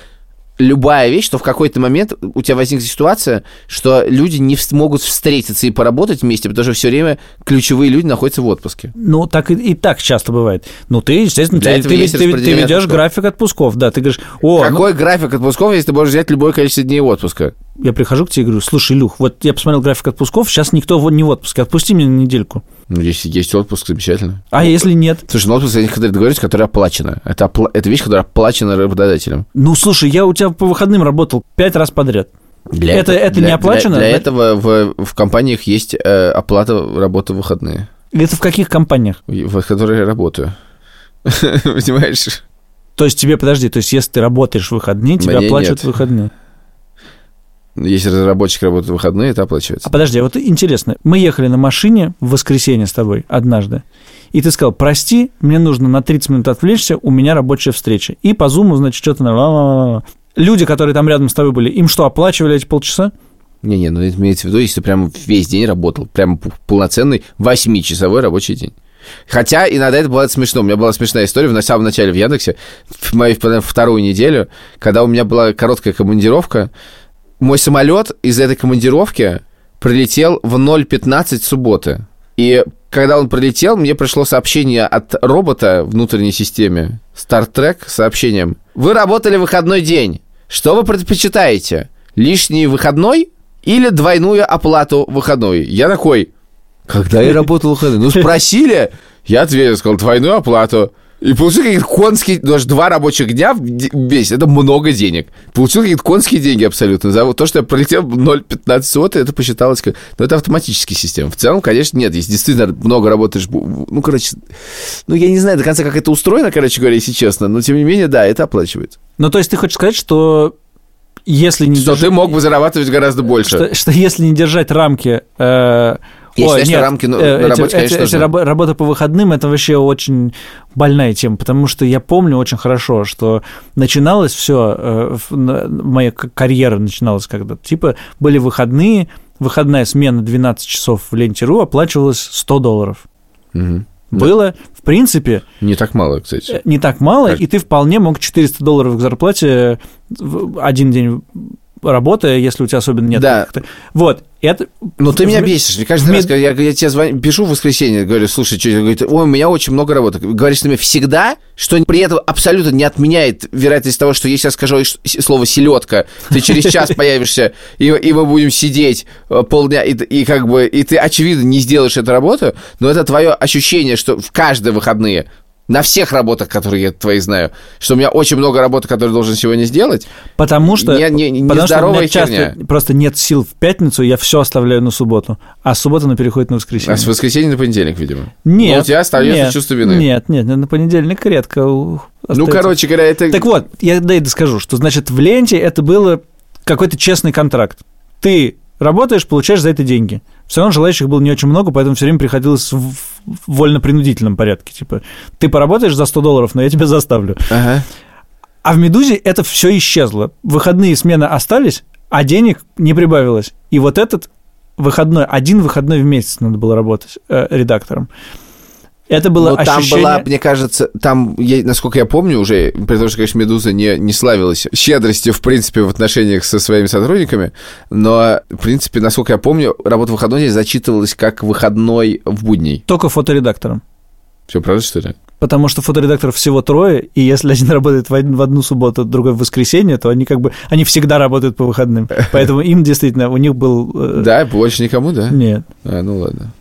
любая вещь, то в какой-то момент у тебя возникнет ситуация, что люди не могут встретиться и поработать вместе, потому что все время ключевые люди находятся в отпуске. Ну, так и так часто бывает. Ну, ты, естественно, ты ведешь график отпусков. Да, ты говоришь... Какой график отпусков, если ты можешь взять любое количество дней отпуска? Я прихожу к тебе и говорю, слушай, Илюх, вот я посмотрел график отпусков, сейчас никто не в отпуске, отпусти меня на недельку. Ну, если есть отпуск, замечательно. А если нет? Слушай, ну отпуск, я никогда договорюсь, которая оплачена. Это вещь, которая оплачена работодателем. Ну, слушай, я у тебя по выходным работал 5 раз подряд. Это не оплачено? Для этого в компаниях есть оплата работы в выходные. Это в каких компаниях? В которых я работаю. Понимаешь? То есть тебе, подожди, то есть если ты работаешь в выходные, тебе оплачивают выходные? Если разработчик работает в выходные, это оплачивается. А подожди, вот интересно, мы ехали на машине в воскресенье с тобой однажды, и ты сказал, прости, мне нужно на 30 минут отвлечься, у меня рабочая встреча. И по зуму, значит, что-то... Люди, которые там рядом с тобой были, им что, оплачивали эти полчаса? Не, ну это имеется в виду, если ты прям весь день работал, прям полноценный 8-часовой рабочий день. Хотя иногда это бывает смешно. У меня была смешная история в самом начале в Яндексе, в мою вторую неделю, когда у меня была короткая командировка. Мой самолет из этой командировки прилетел в 0:15 субботы. И когда он прилетел, мне пришло сообщение от робота в внутренней системе, Star Trek, с сообщением: «Вы работали в выходной день. Что вы предпочитаете? Лишний выходной или двойную оплату выходной?» Я такой: когда я работал в выходной? Ну, спросили. Я ответил, сказал, двойную оплату. И получил какие-то конские, даже 2 рабочих дня в месяц, это много денег. Получил какие-то конские деньги абсолютно. За то, что я пролетел 0,15 соты, это посчиталось как... Но это автоматическая система. В целом, конечно, нет. Если действительно много работаешь... Ну, короче... Ну, я не знаю до конца, как это устроено, короче говоря, если честно. Но, тем не менее, да, это оплачивается. Ну, то есть ты хочешь сказать, что если не... Что ты мог бы зарабатывать гораздо больше. Что если не держать рамки... Я считаю, что рамки на работе, конечно, нужны. Работа по выходным – это вообще очень больная тема, потому что я помню очень хорошо, что начиналось все, моя карьера начиналась когда-то, типа были выходные, выходная смена 12 часов в Ленте.ру оплачивалась $100. Угу. Было, в принципе... Не так мало, кстати. Не так мало, и ты вполне мог $400 к зарплате один день работая, если у тебя особенно нет. Да. Вот. Это... Но ты меня бесишь. Мне каждый раз, когда я тебе звоню, пишу в воскресенье, говорю, слушай, что... Говорит, ой, у меня очень много работы. Говоришь ты мне всегда, что при этом абсолютно не отменяет вероятность того, что если я скажу слово «селедка», ты через час появишься, и мы будем сидеть полдня, и как бы... И ты, очевидно, не сделаешь эту работу, но это твое ощущение, что в каждые выходные... На всех работах, которые я твои знаю, что у меня очень много работы, которые должен сегодня сделать. Потому что нездоровая херня. Просто нет сил в пятницу, я все оставляю на субботу, а суббота на переходит на воскресенье. А с воскресенья на понедельник, видимо. Нет. Но у тебя остается чувство вины. Нет, на понедельник редко остается. Ну, короче говоря, это... Так вот, я доскажу, что, значит, в Ленте это было какой-то честный контракт. Ты работаешь, получаешь за это деньги. Все равно желающих было не очень много, поэтому все время приходилось в вольно-принудительном порядке. Типа, ты поработаешь за $100, но я тебя заставлю. Ага. А в «Медузе» это все исчезло. Выходные смены остались, а денег не прибавилось. И вот этот один выходной в месяц надо было работать редактором. Это было ощущение... Там была, мне кажется, насколько я помню уже, при том, что, конечно, «Медуза» не славилась щедростью, в принципе, в отношениях со своими сотрудниками, но, в принципе, насколько я помню, работа выходной здесь зачитывалась как выходной в будний. Только фоторедактором. Все, правда, что ли? Потому что фоторедакторов всего 3, и если один работает в одну субботу, другой в воскресенье, то они всегда работают по выходным. Поэтому им действительно, у них был... Да, больше никому, да? Нет. Ну ладно.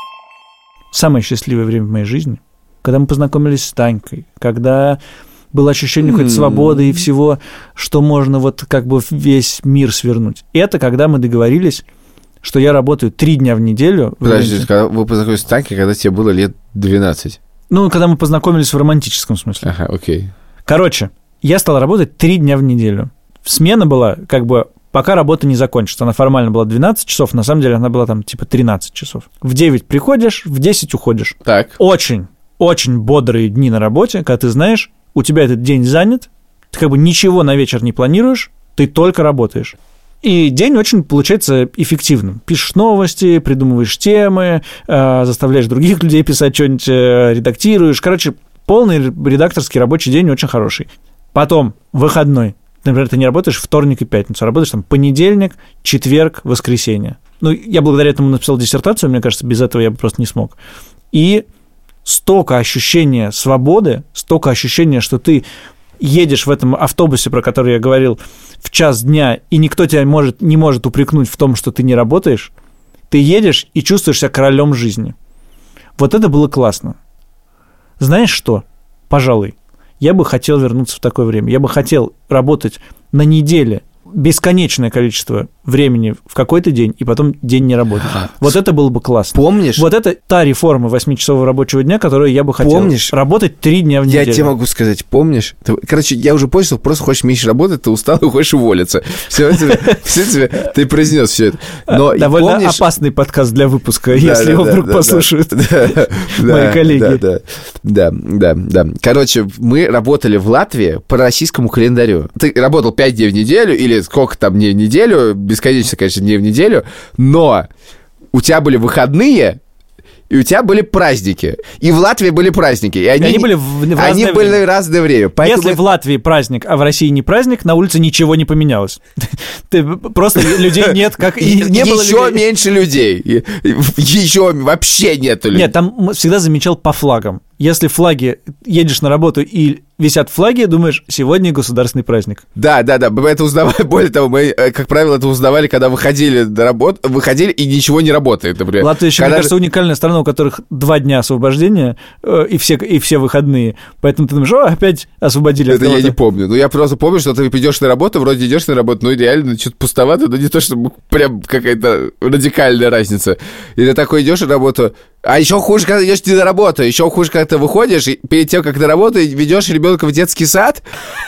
Самое счастливое время в моей жизни, когда мы познакомились с Танькой, когда было ощущение какой-то свободы и всего, что можно вот как бы весь мир свернуть. Это когда мы договорились, что я работаю 3 дня в неделю. Подожди, когда вы познакомились с Танькой, когда тебе было лет 12? Ну, когда мы познакомились в романтическом смысле. Ага, окей. Короче, я стал работать 3 дня в неделю. Смена была как бы... Пока работа не закончится. Она формально была 12 часов, на самом деле она была там типа 13 часов. В 9 приходишь, в 10 уходишь. Так. Очень бодрые дни на работе, когда ты знаешь, у тебя этот день занят, ты как бы ничего на вечер не планируешь, ты только работаешь. И день очень получается эффективным. Пишешь новости, придумываешь темы, заставляешь других людей писать что-нибудь, редактируешь. Короче, полный редакторский рабочий день очень хороший. Потом выходной. Например, ты не работаешь вторник и пятницу, а работаешь там понедельник, четверг, воскресенье. Ну, я благодаря этому написал диссертацию, мне кажется, без этого я бы просто не смог. И столько ощущения свободы, столько ощущения, что ты едешь в этом автобусе, про который я говорил, в час дня, и никто тебя не может упрекнуть в том, что ты не работаешь, ты едешь и чувствуешь себя королем жизни. Вот это было классно. Знаешь что? Пожалуй, я бы хотел вернуться в такое время. Я бы хотел работать на неделе бесконечное количество времени в какой-то день, и потом день не работать. Вот это было бы классно. Помнишь? Вот это та реформа 8-часового рабочего дня, которую я бы хотел. Помнишь? Работать 3 дня в неделю. Я тебе могу сказать, помнишь? Короче, я уже понял, что просто хочешь меньше работать, ты устал и хочешь уволиться. Все тебе, ты произнес все это. Но довольно помнишь... опасный подкаст для выпуска, если его вдруг послушают мои коллеги. Да. Короче, мы работали в Латвии по российскому календарю. Ты работал 5 дней в неделю, или сколько там дней в неделю, бесконечно, конечно, дней в неделю, но у тебя были выходные, и у тебя были праздники. И в Латвии были праздники. И они были в разное время. Поэтому... Если в Латвии праздник, а в России не праздник, на улице ничего не поменялось. Просто людей нет, как и не было. Еще меньше людей. Еще вообще нету людей. Нет, там всегда замечал по флагам. Если флаги едешь на работу и висят флаги, думаешь, сегодня государственный праздник. Да, мы это узнавали, более того, мы, как правило, это узнавали, когда выходили на работу, и ничего не работает, например. Латвия еще, мне кажется, уникальная страна, у которых 2 дня освобождения и все выходные, поэтому ты думаешь, опять освободили. Это я не помню, но я просто помню, что ты идешь на работу, вроде идешь на работу, но реально что-то пустовато, но не то, чтобы прям какая-то радикальная разница. И ты такой идешь на работу, а еще хуже, когда идешь не на работу, еще хуже, когда ты выходишь, и перед тем, как на работу, ведешь ребенка в детский сад,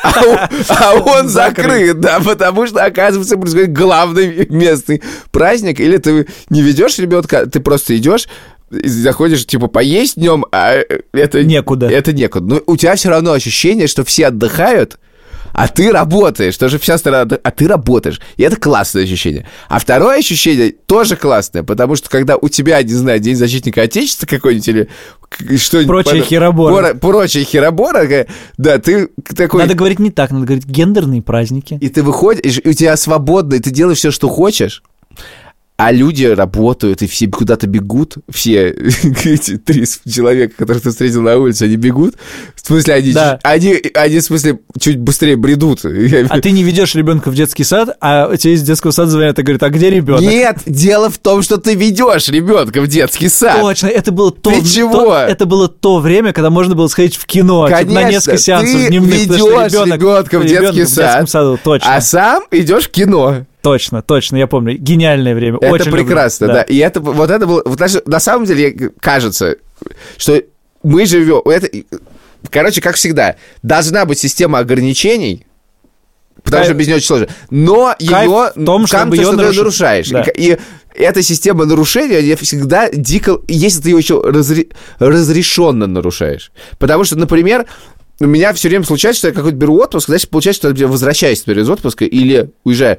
а он закрыт, да, потому что, оказывается, происходит главный местный праздник, или ты не ведешь ребенка, ты просто идешь, заходишь, типа, поесть днем, а это некуда. Это некуда. Но у тебя все равно ощущение, что все отдыхают, а ты работаешь, тоже вся страна, а ты работаешь. И это классное ощущение. А второе ощущение тоже классное, потому что когда у тебя, не знаю, День защитника Отечества какой-нибудь или что-нибудь... Прочая херобора. Прочая херобора, да, ты такой... Надо говорить не так, надо говорить гендерные праздники. И ты выходишь, и у тебя свободно, и ты делаешь все, что хочешь, а люди работают, и все куда-то бегут, все эти 3 человека, которых ты встретил на улице, они бегут. В смысле, они в смысле, чуть быстрее бредут. А ты не ведешь ребенка в детский сад, а тебе из детского сада звонят и говорят, а где ребенок? Нет, дело в том, что ты ведешь ребенка в детский сад. Точно, это было это было то время, когда можно было сходить в кино. Конечно, на несколько сеансов дневных. Ты ведешь ребенка в детский сад, саду, точно. а сам идешь в кино. Точно, я помню. Гениальное время. Это очень прекрасно, люблю. да. И это было... на самом деле, кажется, что мы живем... Короче, как всегда, должна быть система ограничений, потому что без нее очень сложно. Но ее... в том, чтобы ее ты нарушаешь. Да. И эта система нарушения, я всегда дико... Если ты ее еще разрешенно нарушаешь. Потому что, например... У меня все время случается, что я какой-то беру отпуск, значит, получается, что я возвращаюсь теперь из отпуска или уезжаю.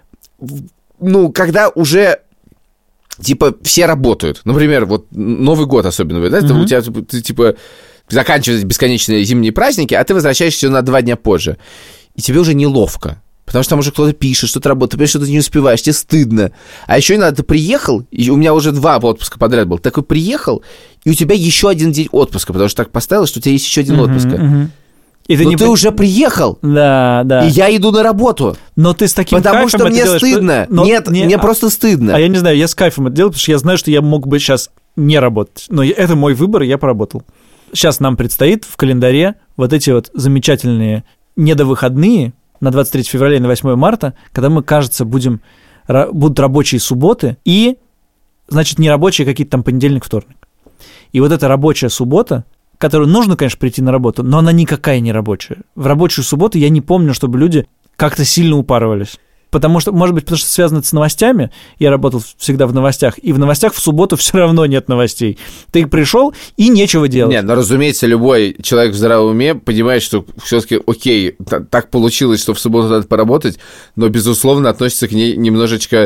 Когда уже, типа, все работают. Например, вот Новый год особенно, да? У тебя, ты, типа, заканчиваются бесконечные зимние праздники, а ты возвращаешься на 2 дня позже. И тебе уже неловко. Потому что там уже кто-то пишет, что-то работает, ты понимаешь, что ты не успеваешь, тебе стыдно. А еще иногда ты приехал, и у меня уже 2 отпуска подряд был, такой приехал, и у тебя еще 1 день отпуска, потому что так поставилось, что у тебя есть еще 1 отпуск. И ты уже приехал, да. И я иду на работу. Но ты с таким потому кайфом что мне делаешь, стыдно. Мне просто стыдно. А я не знаю, я с кайфом это делаю, потому что я знаю, что я мог бы сейчас не работать. Но это мой выбор, и я поработал. Сейчас нам предстоит в календаре вот эти вот замечательные недовыходные на 23 февраля и на 8 марта, когда мы, кажется, будут рабочие субботы и, значит, не рабочие какие-то там понедельник, вторник. И вот эта рабочая суббота, которую нужно, конечно, прийти на работу, но она никакая не рабочая. В рабочую субботу я не помню, чтобы люди как-то сильно упарывались. Потому что, может быть, потому что связано с новостями. Я работал всегда в новостях, и в новостях в субботу все равно нет новостей. Ты пришел, и нечего делать. Нет, но, разумеется, любой человек в здравом уме понимает, что все-таки, окей, так получилось, что в субботу надо поработать, но, безусловно, относится к ней немножечко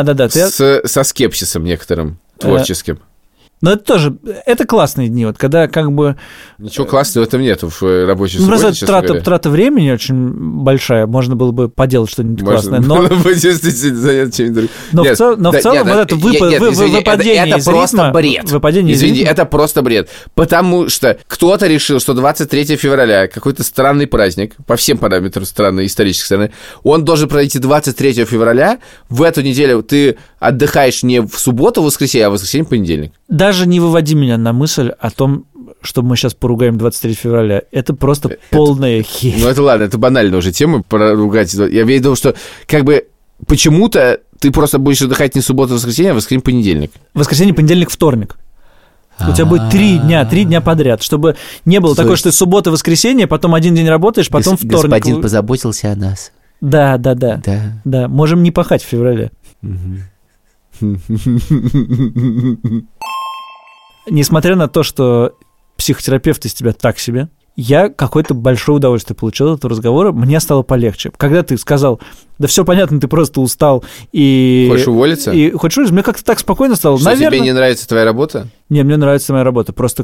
со скепсисом некоторым творческим. Но это тоже, это классные дни, вот когда как бы... Ничего классного в этом нет в рабочей субботе, просто трата времени очень большая, можно было бы поделать что-нибудь классное, но... Можно бы действительно заняться чем-нибудь другим. Но в целом вот это выпадение из ритма... Извини, это просто бред. Потому что кто-то решил, что 23 февраля какой-то странный праздник, по всем параметрам странной исторической страны, он должен пройти 23 февраля, в эту неделю ты отдыхаешь не в субботу, в воскресенье, а в воскресенье, понедельник. Даже не выводи меня на мысль о том, что мы сейчас поругаем 23 февраля. Это просто полная херь. Ну, это ладно, это банальная уже тема поругать. Я имею в виду, что как бы почему-то ты просто будешь отдыхать не субботу, воскресенье, а воскресенье, понедельник. Воскресенье, понедельник, вторник. У тебя будет 3 дня подряд, чтобы не было такое, что ты суббота, воскресенье, потом 1 день работаешь, потом вторник. Господин позаботился о нас. Да. Можем не пахать в феврале. Несмотря на то, что психотерапевт из тебя так себе, я какое-то большое удовольствие получил от этого разговора, мне стало полегче. Когда ты сказал, да все понятно, ты просто устал и... Хочешь уволиться? Мне как-то так спокойно стало. Что, наверное... тебе не нравится твоя работа? Не, мне нравится моя работа. Просто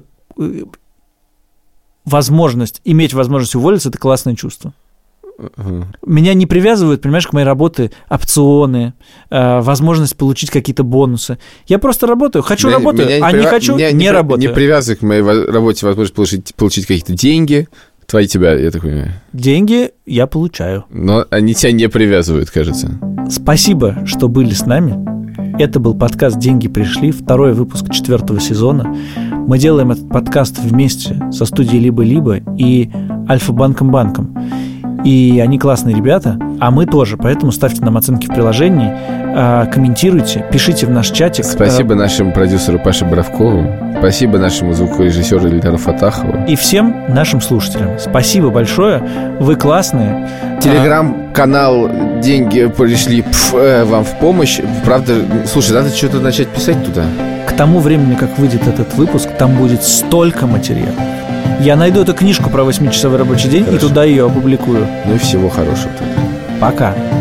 иметь возможность уволиться – это классное чувство. Меня не привязывают, понимаешь, к моей работе опционы, возможность получить какие-то бонусы. Я просто работаю. Хочу работаю, не хочу не работаю. Не привязывай к моей работе возможность получить какие-то деньги, Твои тебя, я так понимаю. Деньги я получаю. Но они тебя не привязывают, кажется. Спасибо, что были с нами. Это был подкаст «Деньги пришли», 2-й выпуск 4-го сезона. Мы делаем этот подкаст вместе со студией «Либо-либо» и Альфа-банком. И они классные ребята, а мы тоже. Поэтому ставьте нам оценки в приложении, комментируйте, пишите в наш чатик. Спасибо нашему продюсеру Паше Боровкову. Спасибо нашему звукорежиссеру Ильдару Фатахову. И всем нашим слушателям. Спасибо большое. Вы классные. Телеграм-канал «Деньги пришли» вам в помощь. Правда, слушай, надо что-то начать писать туда. К тому времени, как выйдет этот выпуск, там будет столько материалов. Я найду эту книжку про 8-часовой рабочий день. Хорошо. И туда ее опубликую. Ну и всего хорошего тогда. Пока.